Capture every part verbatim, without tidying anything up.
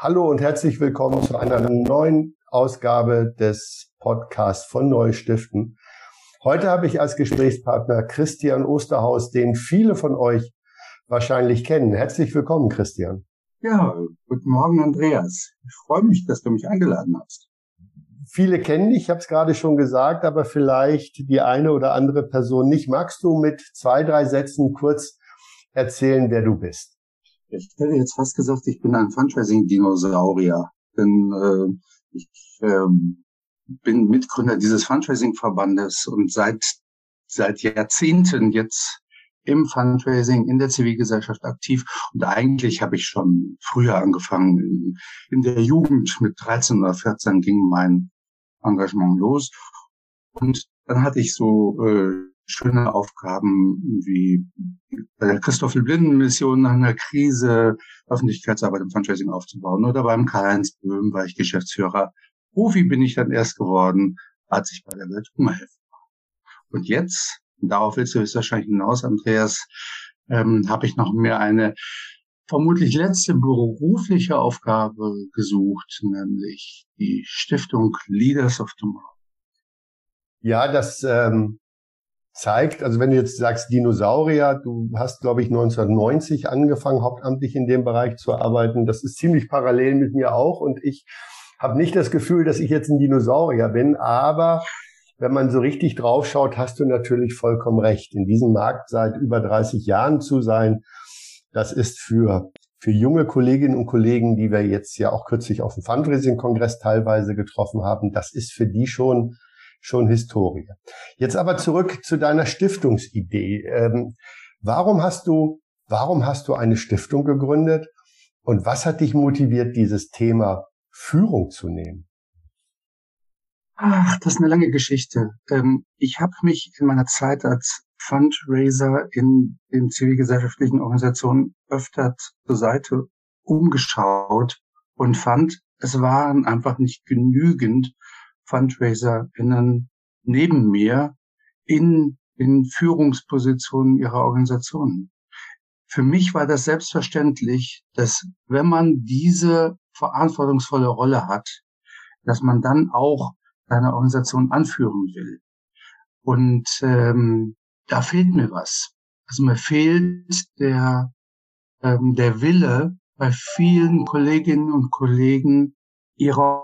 Hallo und herzlich willkommen zu einer neuen Ausgabe des Podcasts von Neustiften. Heute habe ich als Gesprächspartner Christian Osterhaus, den viele von euch wahrscheinlich kennen. Herzlich willkommen, Christian. Ja, guten Morgen, Andreas. Ich freue mich, dass du mich eingeladen hast. Viele kennen dich, ich habe es gerade schon gesagt, aber vielleicht die eine oder andere Person nicht. Magst du mit zwei, drei Sätzen kurz erzählen, wer du bist? Ich hätte jetzt fast gesagt, ich bin ein Fundraising-Dinosaurier. Denn äh, ich äh, bin Mitgründer dieses Fundraising-Verbandes und seit seit Jahrzehnten jetzt im Fundraising, in der Zivilgesellschaft aktiv. Und eigentlich habe ich schon früher angefangen. In, in der Jugend mit dreizehn oder vierzehn ging mein Engagement los. Und dann hatte ich so äh, schöne Aufgaben wie bei der Christoffel-Blinden-Mission nach einer Krise Öffentlichkeitsarbeit im Fundraising aufzubauen. Oder beim Karl-Heinz Böhm war ich Geschäftsführer. Profi bin ich dann erst geworden, als ich bei der Welthungerhilfe war. Und jetzt, darauf willst du höchstwahrscheinlich hinaus, Andreas, ähm, habe ich noch mehr eine vermutlich letzte berufliche Aufgabe gesucht, nämlich die Stiftung Leaders of Tomorrow. Ja, das ähm, zeigt, also wenn du jetzt sagst Dinosaurier, du hast, glaube ich, neunzehnhundertneunzig angefangen, hauptamtlich in dem Bereich zu arbeiten. Das ist ziemlich parallel mit mir auch und ich habe nicht das Gefühl, dass ich jetzt ein Dinosaurier bin, aber wenn man so richtig draufschaut, hast du natürlich vollkommen recht. In diesem Markt seit über dreißig Jahren zu sein, das ist für für junge Kolleginnen und Kollegen, die wir jetzt ja auch kürzlich auf dem Fundraising-Kongress teilweise getroffen haben, das ist für die schon schon Historie. Jetzt aber zurück zu deiner Stiftungsidee. Ähm, warum hast du warum hast du eine Stiftung gegründet und was hat dich motiviert, dieses Thema Führung zu nehmen? Ach, das ist eine lange Geschichte. Ähm, ich habe mich in meiner Zeit als Fundraiser in den zivilgesellschaftlichen Organisationen öfter zur Seite umgeschaut und fand, es waren einfach nicht genügend FundraiserInnen neben mir in, in Führungspositionen ihrer Organisationen. Für mich war das selbstverständlich, dass wenn man diese verantwortungsvolle Rolle hat, dass man dann auch seine Organisation anführen will. Und ähm, da fehlt mir was. Also mir fehlt der, ähm, der Wille bei vielen Kolleginnen und Kollegen, ihre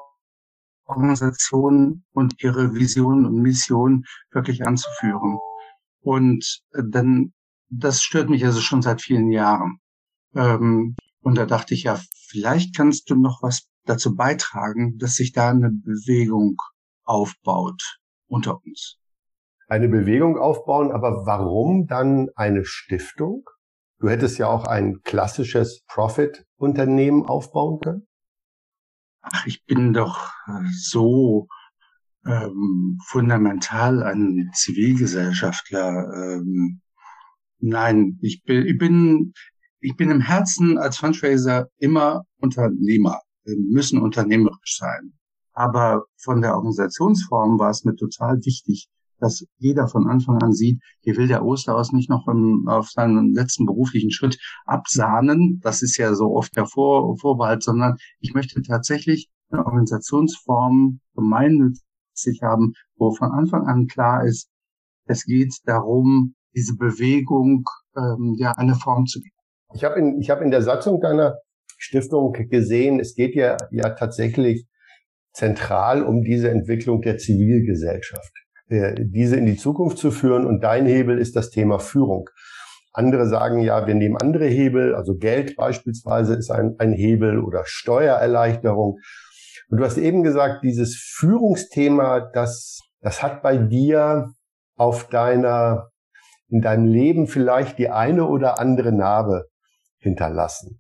Organisation und ihre Vision und Mission wirklich anzuführen. Und äh, dann, das stört mich also schon seit vielen Jahren. Ähm, und da dachte ich, ja, vielleicht kannst du noch was dazu beitragen, dass sich da eine Bewegung aufbaut unter uns. Eine Bewegung aufbauen, aber warum dann eine Stiftung? Du hättest ja auch ein klassisches Profit-Unternehmen aufbauen können. Ach, ich bin doch so ähm, fundamental ein Zivilgesellschaftler. Ähm, nein, ich bin, ich bin, ich bin im Herzen als Fundraiser immer Unternehmer. Wir müssen unternehmerisch sein. Aber von der Organisationsform war es mir total wichtig, dass jeder von Anfang an sieht, hier will der Osterhaus nicht noch im, auf seinen letzten beruflichen Schritt absahnen. Das ist ja so oft der Vor- Vorbehalt, sondern ich möchte tatsächlich eine Organisationsform gemeinnützig haben, wo von Anfang an klar ist, es geht darum, diese Bewegung ähm, ja eine Form zu geben. Ich habe in, ich habe in der Satzung deiner Stiftung gesehen, es geht ja, ja tatsächlich zentral um diese Entwicklung der Zivilgesellschaft, diese in die Zukunft zu führen. Und dein Hebel ist das Thema Führung. Andere sagen ja, wir nehmen andere Hebel, also Geld beispielsweise ist ein, ein Hebel oder Steuererleichterung. Und du hast eben gesagt, dieses Führungsthema, das, das hat bei dir auf deiner, in deinem Leben vielleicht die eine oder andere Narbe hinterlassen.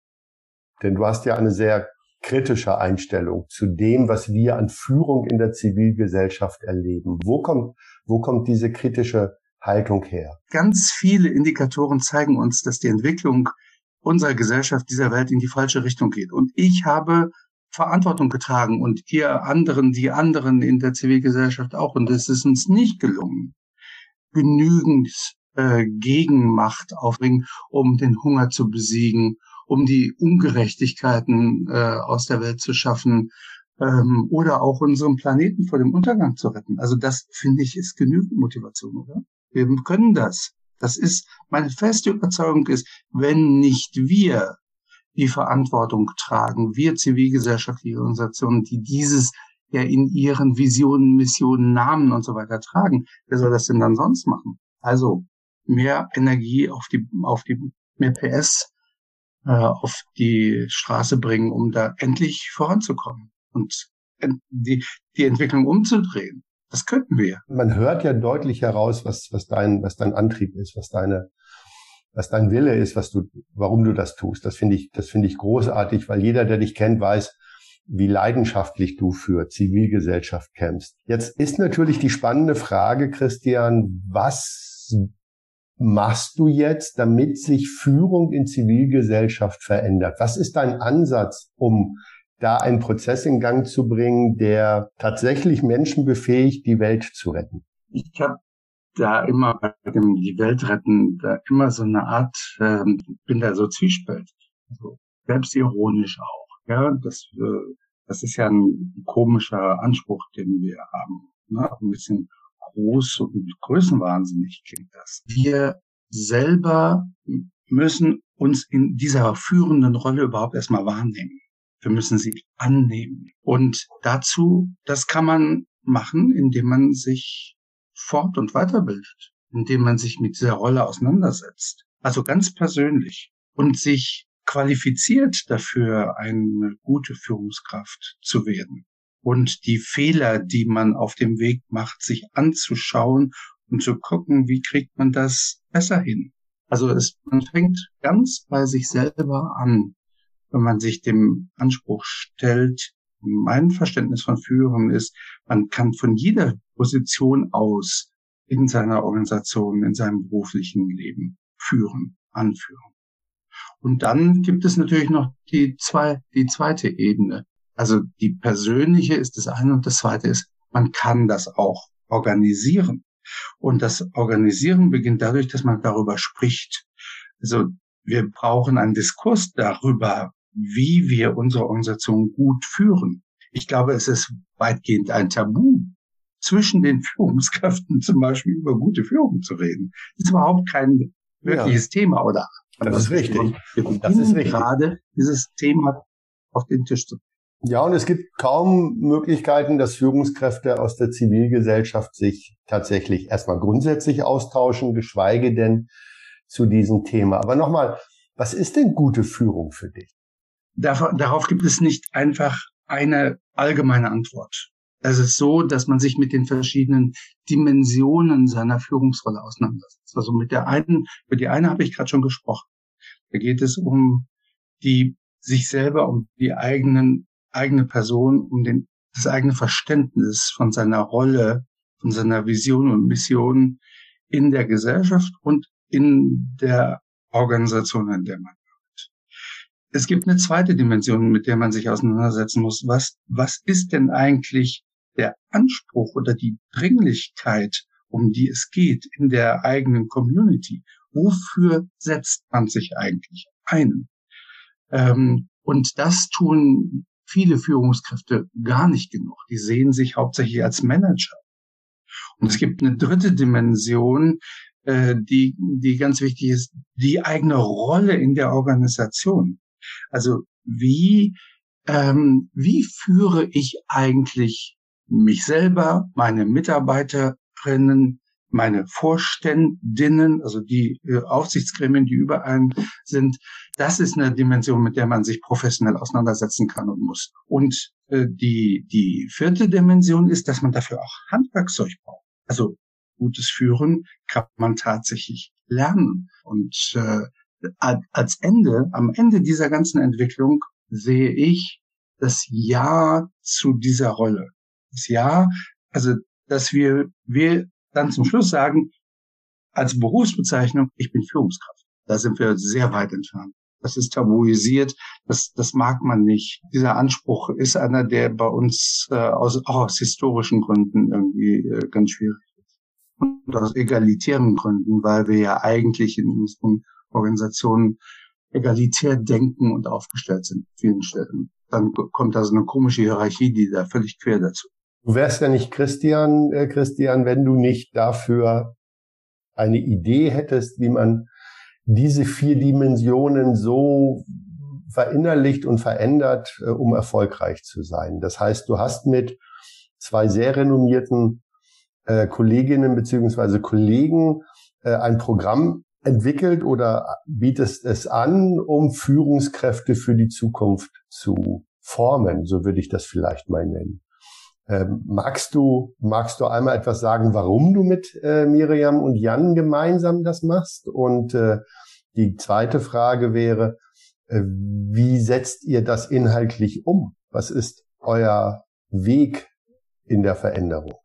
Denn du hast ja eine sehr kritische Einstellung zu dem, was wir an Führung in der Zivilgesellschaft erleben. Wo kommt, wo kommt diese kritische Haltung her? Ganz viele Indikatoren zeigen uns, dass die Entwicklung unserer Gesellschaft, dieser Welt in die falsche Richtung geht. Und ich habe Verantwortung getragen und ihr anderen, die anderen in der Zivilgesellschaft auch. Und es ist uns nicht gelungen, genügend äh, Gegenmacht aufbringen, um den Hunger zu besiegen, um die Ungerechtigkeiten äh, aus der Welt zu schaffen ähm, oder auch unseren Planeten vor dem Untergang zu retten. Also das, finde ich, ist genügend Motivation, oder? Wir können das. Das ist, meine feste Überzeugung ist, wenn nicht wir die Verantwortung tragen, wir zivilgesellschaftliche Organisationen, die dieses ja in ihren Visionen, Missionen, Namen und so weiter tragen, wer soll das denn dann sonst machen? Also mehr Energie auf die, auf die, mehr P S äh, auf die Straße bringen, um da endlich voranzukommen und die, die Entwicklung umzudrehen. Das könnten wir. Man hört ja deutlich heraus, was, was dein, was dein Antrieb ist, was deine, was dein Wille ist, was du, warum du das tust. Das finde ich, das finde ich großartig, weil jeder, der dich kennt, weiß, wie leidenschaftlich du für Zivilgesellschaft kämpfst. Jetzt ist natürlich die spannende Frage, Christian, was machst du jetzt, damit sich Führung in Zivilgesellschaft verändert? Was ist dein Ansatz, um da einen Prozess in Gang zu bringen, der tatsächlich Menschen befähigt, die Welt zu retten? Ich habe da immer bei dem die Welt retten, da immer so eine Art, ähm, bin da so zwiespältig, also selbstironisch auch. Ja, das, äh, das ist ja ein komischer Anspruch, den wir haben. Ne? Ein bisschen groß und größenwahnsinnig klingt das. Wir selber müssen uns in dieser führenden Rolle überhaupt erstmal wahrnehmen. Wir müssen sie annehmen. Und dazu, das kann man machen, indem man sich fort- und weiterbildet, indem man sich mit dieser Rolle auseinandersetzt. Also ganz persönlich. Und sich qualifiziert dafür, eine gute Führungskraft zu werden. Und die Fehler, die man auf dem Weg macht, sich anzuschauen und zu gucken, wie kriegt man das besser hin. Also es, man fängt ganz bei sich selber an, wenn man sich dem Anspruch stellt. Mein Verständnis von Führen ist, man kann von jeder Position aus in seiner Organisation, in seinem beruflichen Leben führen, anführen. Und dann gibt es natürlich noch die zwei, die zweite Ebene. Also die persönliche ist das eine und das zweite ist, man kann das auch organisieren. Und das Organisieren beginnt dadurch, dass man darüber spricht. Also wir brauchen einen Diskurs darüber, wie wir unsere Organisation gut führen. Ich glaube, es ist weitgehend ein Tabu, zwischen den Führungskräften zum Beispiel über gute Führung zu reden. Das ist überhaupt kein wirkliches ja. Thema, oder? Das, das ist richtig. Wir das ist richtig. Gerade dieses Thema auf den Tisch zu bringen. Ja, und es gibt kaum Möglichkeiten, dass Führungskräfte aus der Zivilgesellschaft sich tatsächlich erstmal grundsätzlich austauschen, geschweige denn zu diesem Thema. Aber nochmal, was ist denn gute Führung für dich? Darauf gibt es nicht einfach eine allgemeine Antwort. Es ist so, dass man sich mit den verschiedenen Dimensionen seiner Führungsrolle auseinandersetzt. Also mit der einen, über die eine habe ich gerade schon gesprochen. Da geht es um die, sich selber, um die eigenen, eigene Person, um den, das eigene Verständnis von seiner Rolle, von seiner Vision und Mission in der Gesellschaft und in der Organisation, in der man wirkt. Es gibt eine zweite Dimension, mit der man sich auseinandersetzen muss. Was, was ist denn eigentlich der Anspruch oder die Dringlichkeit, um die es geht in der eigenen Community? Wofür setzt man sich eigentlich ein? Ähm, und das tun viele Führungskräfte gar nicht genug. Die sehen sich hauptsächlich als Manager. Und es gibt eine dritte Dimension, äh, die, die ganz wichtig ist, die eigene Rolle in der Organisation. Also wie, ähm, wie führe ich eigentlich mich selber, meine Mitarbeiterinnen, meine Vorständinnen, also die äh, Aufsichtsgremien, die über einen sind. Das ist eine Dimension, mit der man sich professionell auseinandersetzen kann und muss. Und äh, die, die vierte Dimension ist, dass man dafür auch Handwerkszeug braucht. Also gutes Führen kann man tatsächlich lernen. Und äh, als Ende, am Ende dieser ganzen Entwicklung sehe ich das Ja zu dieser Rolle. Das Ja, also dass wir, wir dann zum Schluss sagen, als Berufsbezeichnung, ich bin Führungskraft. Da sind wir sehr weit entfernt. Das ist tabuisiert, das, das mag man nicht. Dieser Anspruch ist einer, der bei uns äh, aus, auch aus historischen Gründen irgendwie äh, ganz schwierig ist. Und aus egalitären Gründen, weil wir ja eigentlich in unseren Organisationen egalitär denken und aufgestellt sind, an vielen Stellen. Dann kommt da so eine komische Hierarchie, die da völlig quer dazu. Du wärst ja nicht Christian, äh, Christian, wenn du nicht dafür eine Idee hättest, wie man diese vier Dimensionen so verinnerlicht und verändert, äh, um erfolgreich zu sein. Das heißt, du hast mit zwei sehr renommierten äh, Kolleginnen beziehungsweise Kollegen äh, ein Programm entwickelt oder bietest es an, um Führungskräfte für die Zukunft zu formen, so würde ich das vielleicht mal nennen. Ähm, magst du, magst du einmal etwas sagen, warum du mit äh, Miriam und Jan gemeinsam das machst? Und äh, die zweite Frage wäre, äh, wie setzt ihr das inhaltlich um? Was ist euer Weg in der Veränderung?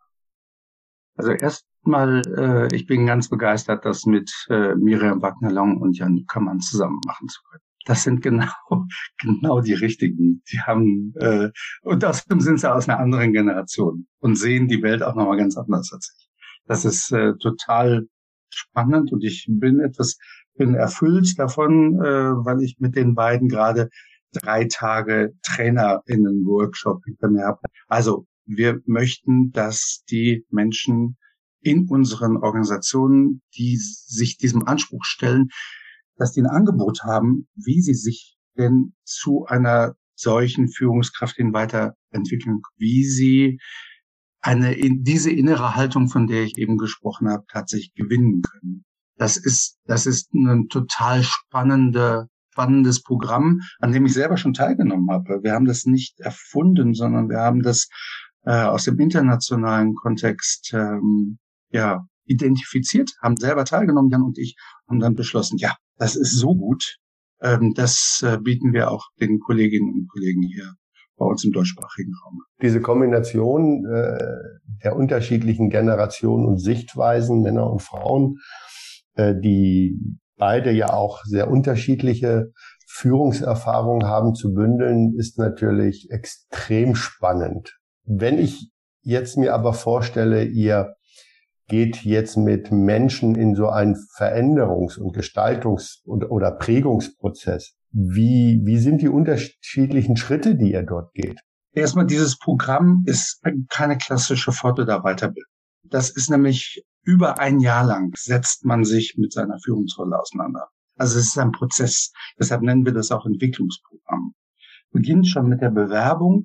Also erstmal, äh, ich bin ganz begeistert, das mit äh, Miriam Wagner-Long und Jan Kammern zusammen machen zu können. Das sind genau genau die richtigen. Die haben äh, und außerdem sind sie aus einer anderen Generation und sehen die Welt auch nochmal ganz anders als ich. Das ist äh, total spannend und ich bin etwas bin erfüllt davon, äh, weil ich mit den beiden gerade drei Tage TrainerInnen-Workshop hinter mir habe. Also wir möchten, dass die Menschen in unseren Organisationen, die sich diesem Anspruch stellen, dass die ein Angebot haben, wie sie sich denn zu einer solchen Führungskraft hin weiterentwickeln, wie sie eine diese innere Haltung, von der ich eben gesprochen habe, tatsächlich gewinnen können. Das ist das ist ein total spannende, spannendes Programm, an dem ich selber schon teilgenommen habe. Wir haben das nicht erfunden, sondern wir haben das äh, aus dem internationalen Kontext ähm, ja identifiziert, haben selber teilgenommen, Jan und ich, haben dann beschlossen, ja, das ist so gut, ähm, das äh, bieten wir auch den Kolleginnen und Kollegen hier bei uns im deutschsprachigen Raum. Diese Kombination äh, der unterschiedlichen Generationen und Sichtweisen, Männer und Frauen, äh, die beide ja auch sehr unterschiedliche Führungserfahrungen haben, zu bündeln, ist natürlich extrem spannend. Wenn ich jetzt mir aber vorstelle, ihr geht jetzt mit Menschen in so einen Veränderungs- und Gestaltungs- und, oder Prägungsprozess. Wie, wie sind die unterschiedlichen Schritte, die ihr dort geht? Erstmal, dieses Programm ist keine klassische Fort- oder Weiterbildung. Das ist nämlich über ein Jahr lang setzt man sich mit seiner Führungsrolle auseinander. Also es ist ein Prozess. Deshalb nennen wir das auch Entwicklungsprogramm. Beginnt schon mit der Bewerbung,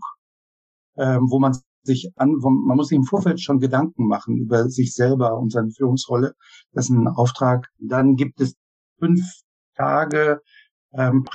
ähm, wo man sich an, man muss sich im Vorfeld schon Gedanken machen über sich selber und seine Führungsrolle. Das ist ein Auftrag. Dann gibt es fünf Tage ähm,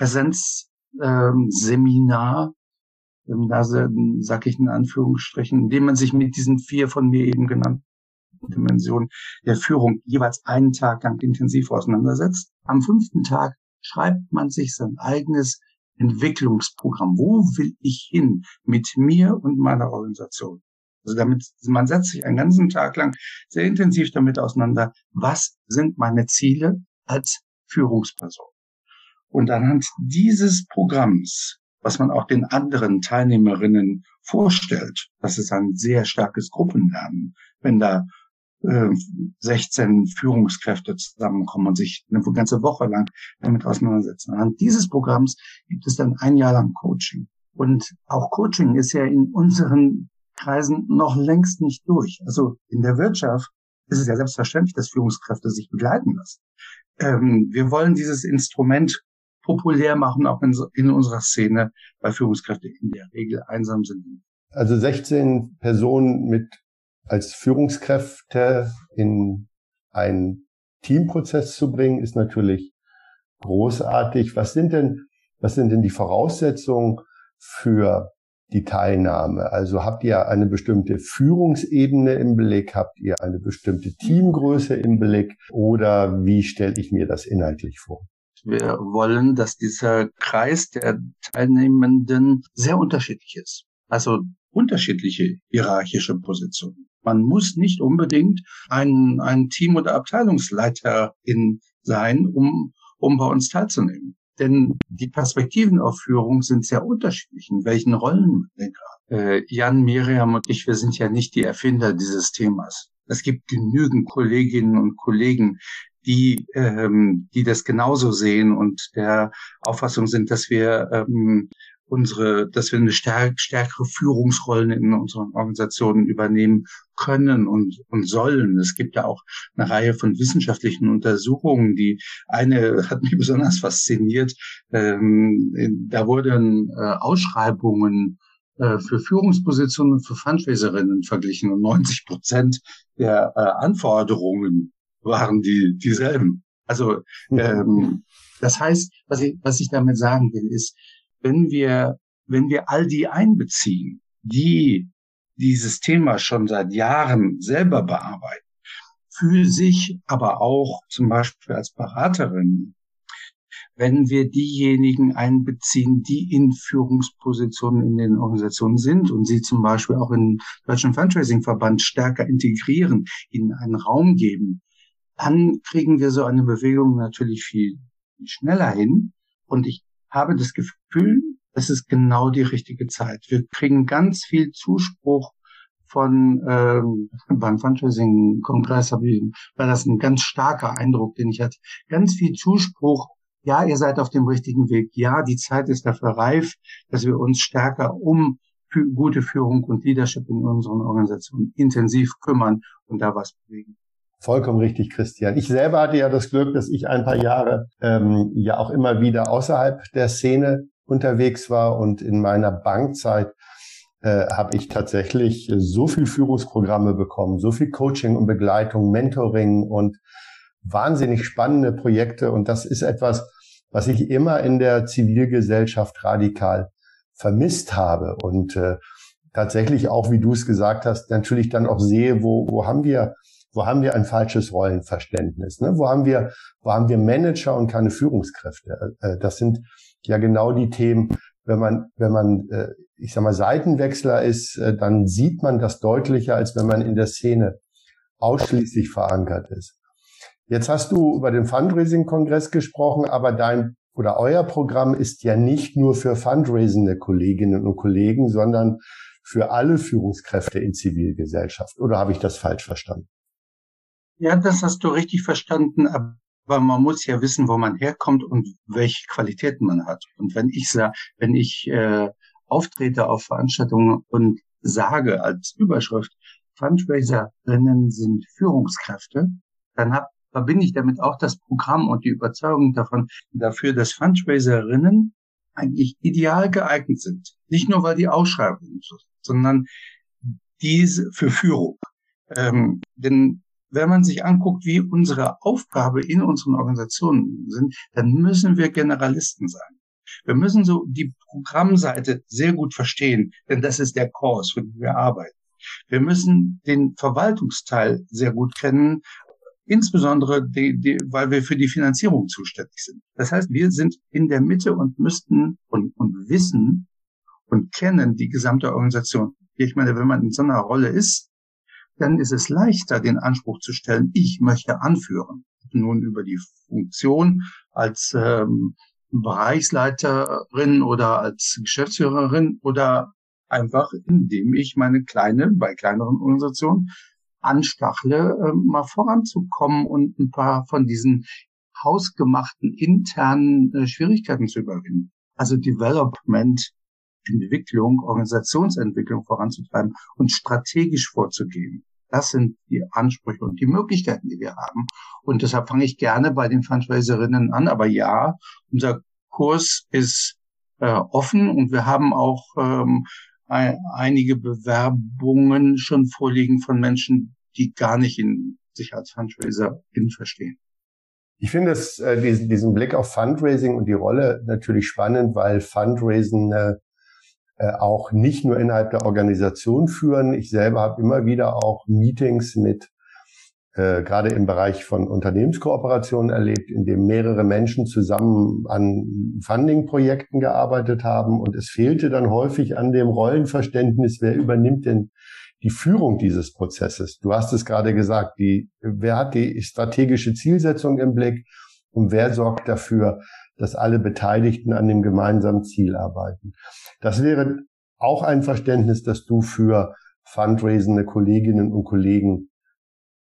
Präsenzseminar, ähm, da sage ich in Anführungsstrichen, indem man sich mit diesen vier von mir eben genannten Dimensionen der Führung jeweils einen Tag lang intensiv auseinandersetzt. Am fünften Tag schreibt man sich sein eigenes Entwicklungsprogramm. Wo will ich hin mit mir und meiner Organisation? Also damit, man setzt sich einen ganzen Tag lang sehr intensiv damit auseinander, was sind meine Ziele als Führungsperson? Und anhand dieses Programms, was man auch den anderen Teilnehmerinnen vorstellt, das ist ein sehr starkes Gruppenlernen, wenn da äh, sechzehn Führungskräfte zusammenkommen und sich eine ganze Woche lang damit auseinandersetzen. Anhand dieses Programms gibt es dann ein Jahr lang Coaching. Und auch Coaching ist ja in unseren Kreisen noch längst nicht durch. Also in der Wirtschaft ist es ja selbstverständlich, dass Führungskräfte sich begleiten lassen. Ähm, wir wollen dieses Instrument populär machen, auch in, in unserer Szene, weil Führungskräfte in der Regel einsam sind. Also sechzehn Personen mit als Führungskräfte in einen Teamprozess zu bringen, ist natürlich großartig. Was sind denn, was sind denn die Voraussetzungen für die Teilnahme? Also habt ihr eine bestimmte Führungsebene im Blick? Habt ihr eine bestimmte Teamgröße im Blick? Oder wie stelle ich mir das inhaltlich vor? Wir wollen, dass dieser Kreis der Teilnehmenden sehr unterschiedlich ist. Also unterschiedliche hierarchische Positionen. Man muss nicht unbedingt ein, ein Team- oder Abteilungsleiterin sein, um, um bei uns teilzunehmen. Denn die Perspektiven auf Führung sind sehr unterschiedlich. In welchen Rollen man gerade? Äh, Jan, Miriam und ich, wir sind ja nicht die Erfinder dieses Themas. Es gibt genügend Kolleginnen und Kollegen, die, ähm, die das genauso sehen und der Auffassung sind, dass wir ähm, unsere, dass wir eine stärk, stärkere Führungsrollen in unseren Organisationen übernehmen können und, und sollen. Es gibt ja auch eine Reihe von wissenschaftlichen Untersuchungen, die eine hat mich besonders fasziniert. Ähm, da wurden äh, Ausschreibungen äh, für Führungspositionen für Fundraiserinnen verglichen und neunzig Prozent der äh, Anforderungen waren die dieselben. Also ähm, das heißt, was ich, was ich damit sagen will, ist, wenn wir, wenn wir all die einbeziehen, die dieses Thema schon seit Jahren selber bearbeiten, für sich, aber auch zum Beispiel als Beraterin, wenn wir diejenigen einbeziehen, die in Führungspositionen in den Organisationen sind und sie zum Beispiel auch im Deutschen Fundraising-Verband stärker integrieren, ihnen einen Raum geben, dann kriegen wir so eine Bewegung natürlich viel schneller hin. Und ich habe das Gefühl, es ist genau die richtige Zeit. Wir kriegen ganz viel Zuspruch von ähm, beim Fundraising-Kongress habe ich, war das ein ganz starker Eindruck, den ich hatte. Ganz viel Zuspruch. Ja, ihr seid auf dem richtigen Weg. Ja, die Zeit ist dafür reif, dass wir uns stärker um für gute Führung und Leadership in unseren Organisationen intensiv kümmern und da was bewegen. Vollkommen richtig, Christian. Ich selber hatte ja das Glück, dass ich ein paar Jahre ähm, ja auch immer wieder außerhalb der Szene unterwegs war und in meiner Bankzeit äh, habe ich tatsächlich so viel Führungsprogramme bekommen, so viel Coaching und Begleitung, Mentoring und wahnsinnig spannende Projekte. Und das ist etwas, was ich immer in der Zivilgesellschaft radikal vermisst habe und äh, tatsächlich auch, wie du es gesagt hast, natürlich dann auch sehe, wo, wo haben wir Wo haben wir ein falsches Rollenverständnis? Ne? Wo haben wir, wo haben wir Manager und keine Führungskräfte? Das sind ja genau die Themen. Wenn man, wenn man, ich sag mal, Seitenwechsler ist, dann sieht man das deutlicher, als wenn man in der Szene ausschließlich verankert ist. Jetzt hast du über den Fundraising-Kongress gesprochen, aber dein oder euer Programm ist ja nicht nur für fundraisende Kolleginnen und Kollegen, sondern für alle Führungskräfte in Zivilgesellschaft. Oder habe ich das falsch verstanden? Ja, das hast du richtig verstanden, aber man muss ja wissen, wo man herkommt und welche Qualitäten man hat. Und wenn ich sage, wenn ich äh, auftrete auf Veranstaltungen und sage als Überschrift, Fundraiserinnen sind Führungskräfte, dann hab, verbinde ich damit auch das Programm und die Überzeugung davon, dafür, dass Fundraiserinnen eigentlich ideal geeignet sind. Nicht nur, weil die Ausschreibungen sind, sondern diese für Führung. Ähm, denn wenn man sich anguckt, wie unsere Aufgabe in unseren Organisationen sind, dann müssen wir Generalisten sein. Wir müssen so die Programmseite sehr gut verstehen, denn das ist der Kurs, für den wir arbeiten. Wir müssen den Verwaltungsteil sehr gut kennen, insbesondere die, die, weil wir für die Finanzierung zuständig sind. Das heißt, wir sind in der Mitte und müssten und, und wissen und kennen die gesamte Organisation. Ich meine, wenn man in so einer Rolle ist, dann ist es leichter, den Anspruch zu stellen, ich möchte anführen. Nun über die Funktion als ähm, Bereichsleiterin oder als Geschäftsführerin oder einfach, indem ich meine kleine, bei kleineren Organisationen anstachle, äh, mal voranzukommen und ein paar von diesen hausgemachten internen äh, Schwierigkeiten zu überwinden. Also Development, Entwicklung, Organisationsentwicklung voranzutreiben und strategisch vorzugehen. Das sind die Ansprüche und die Möglichkeiten, die wir haben. Und deshalb fange ich gerne bei den Fundraiserinnen an. Aber ja, unser Kurs ist äh, offen und wir haben auch ähm, ein, einige Bewerbungen schon vorliegen von Menschen, die gar nicht in, sich als Fundraiserin verstehen. Ich finde es, äh, diesen, diesen Blick auf Fundraising und die Rolle natürlich spannend, weil Fundraising äh, auch nicht nur innerhalb der Organisation führen. Ich selber habe immer wieder auch Meetings mit, äh, gerade im Bereich von Unternehmenskooperationen erlebt, in dem mehrere Menschen zusammen an Funding-Projekten gearbeitet haben. Und es fehlte dann häufig an dem Rollenverständnis, wer übernimmt denn die Führung dieses Prozesses. Du hast es gerade gesagt, die, wer hat die strategische Zielsetzung im Blick und wer sorgt dafür, dass alle Beteiligten an dem gemeinsamen Ziel arbeiten. Das wäre auch ein Verständnis, das du für fundraisende Kolleginnen und Kollegen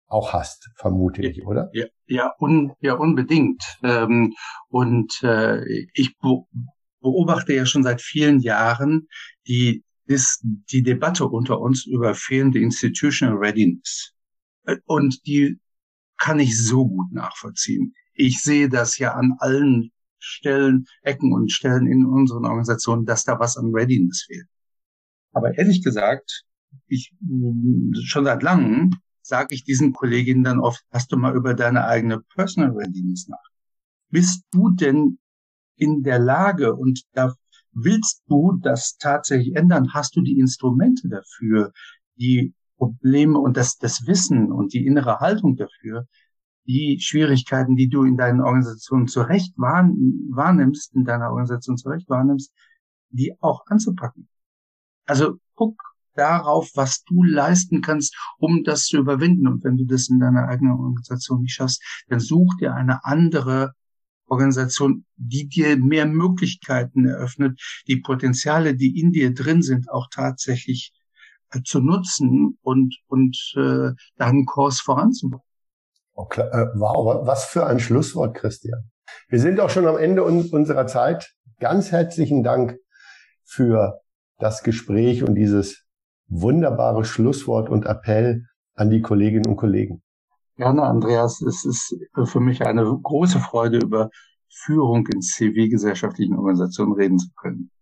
auch hast, vermute ich, oder? Ja, ja, un, ja unbedingt. Ähm, und äh, ich beobachte ja schon seit vielen Jahren die, ist die Debatte unter uns über fehlende Institutional Readiness. Und die kann ich so gut nachvollziehen. Ich sehe das ja an allen Stellen, Ecken und Stellen in unseren Organisationen, dass da was an Readiness fehlt. Aber ehrlich gesagt, ich schon seit langem sage ich diesen Kolleginnen dann oft, hast du mal über deine eigene Personal Readiness nach? Bist du denn in der Lage und da willst du das tatsächlich ändern? Hast du die Instrumente dafür, die Probleme und das, das Wissen und die innere Haltung dafür, die Schwierigkeiten, die du in deinen Organisationen zurecht wahrnimmst, in deiner Organisation zurecht wahrnimmst, die auch anzupacken? Also guck darauf, was du leisten kannst, um das zu überwinden. Und wenn du das in deiner eigenen Organisation nicht schaffst, dann such dir eine andere Organisation, die dir mehr Möglichkeiten eröffnet, die Potenziale, die in dir drin sind, auch tatsächlich äh, zu nutzen und und äh, deinen Kurs voranzubringen. Okay. Äh, wow, was für ein Schlusswort, Christian. Wir sind auch schon am Ende un- unserer Zeit. Ganz herzlichen Dank für das Gespräch und dieses wunderbare Schlusswort und Appell an die Kolleginnen und Kollegen. Gerne, Andreas. Es ist für mich eine große Freude, über Führung in zivilgesellschaftlichen Organisationen reden zu können.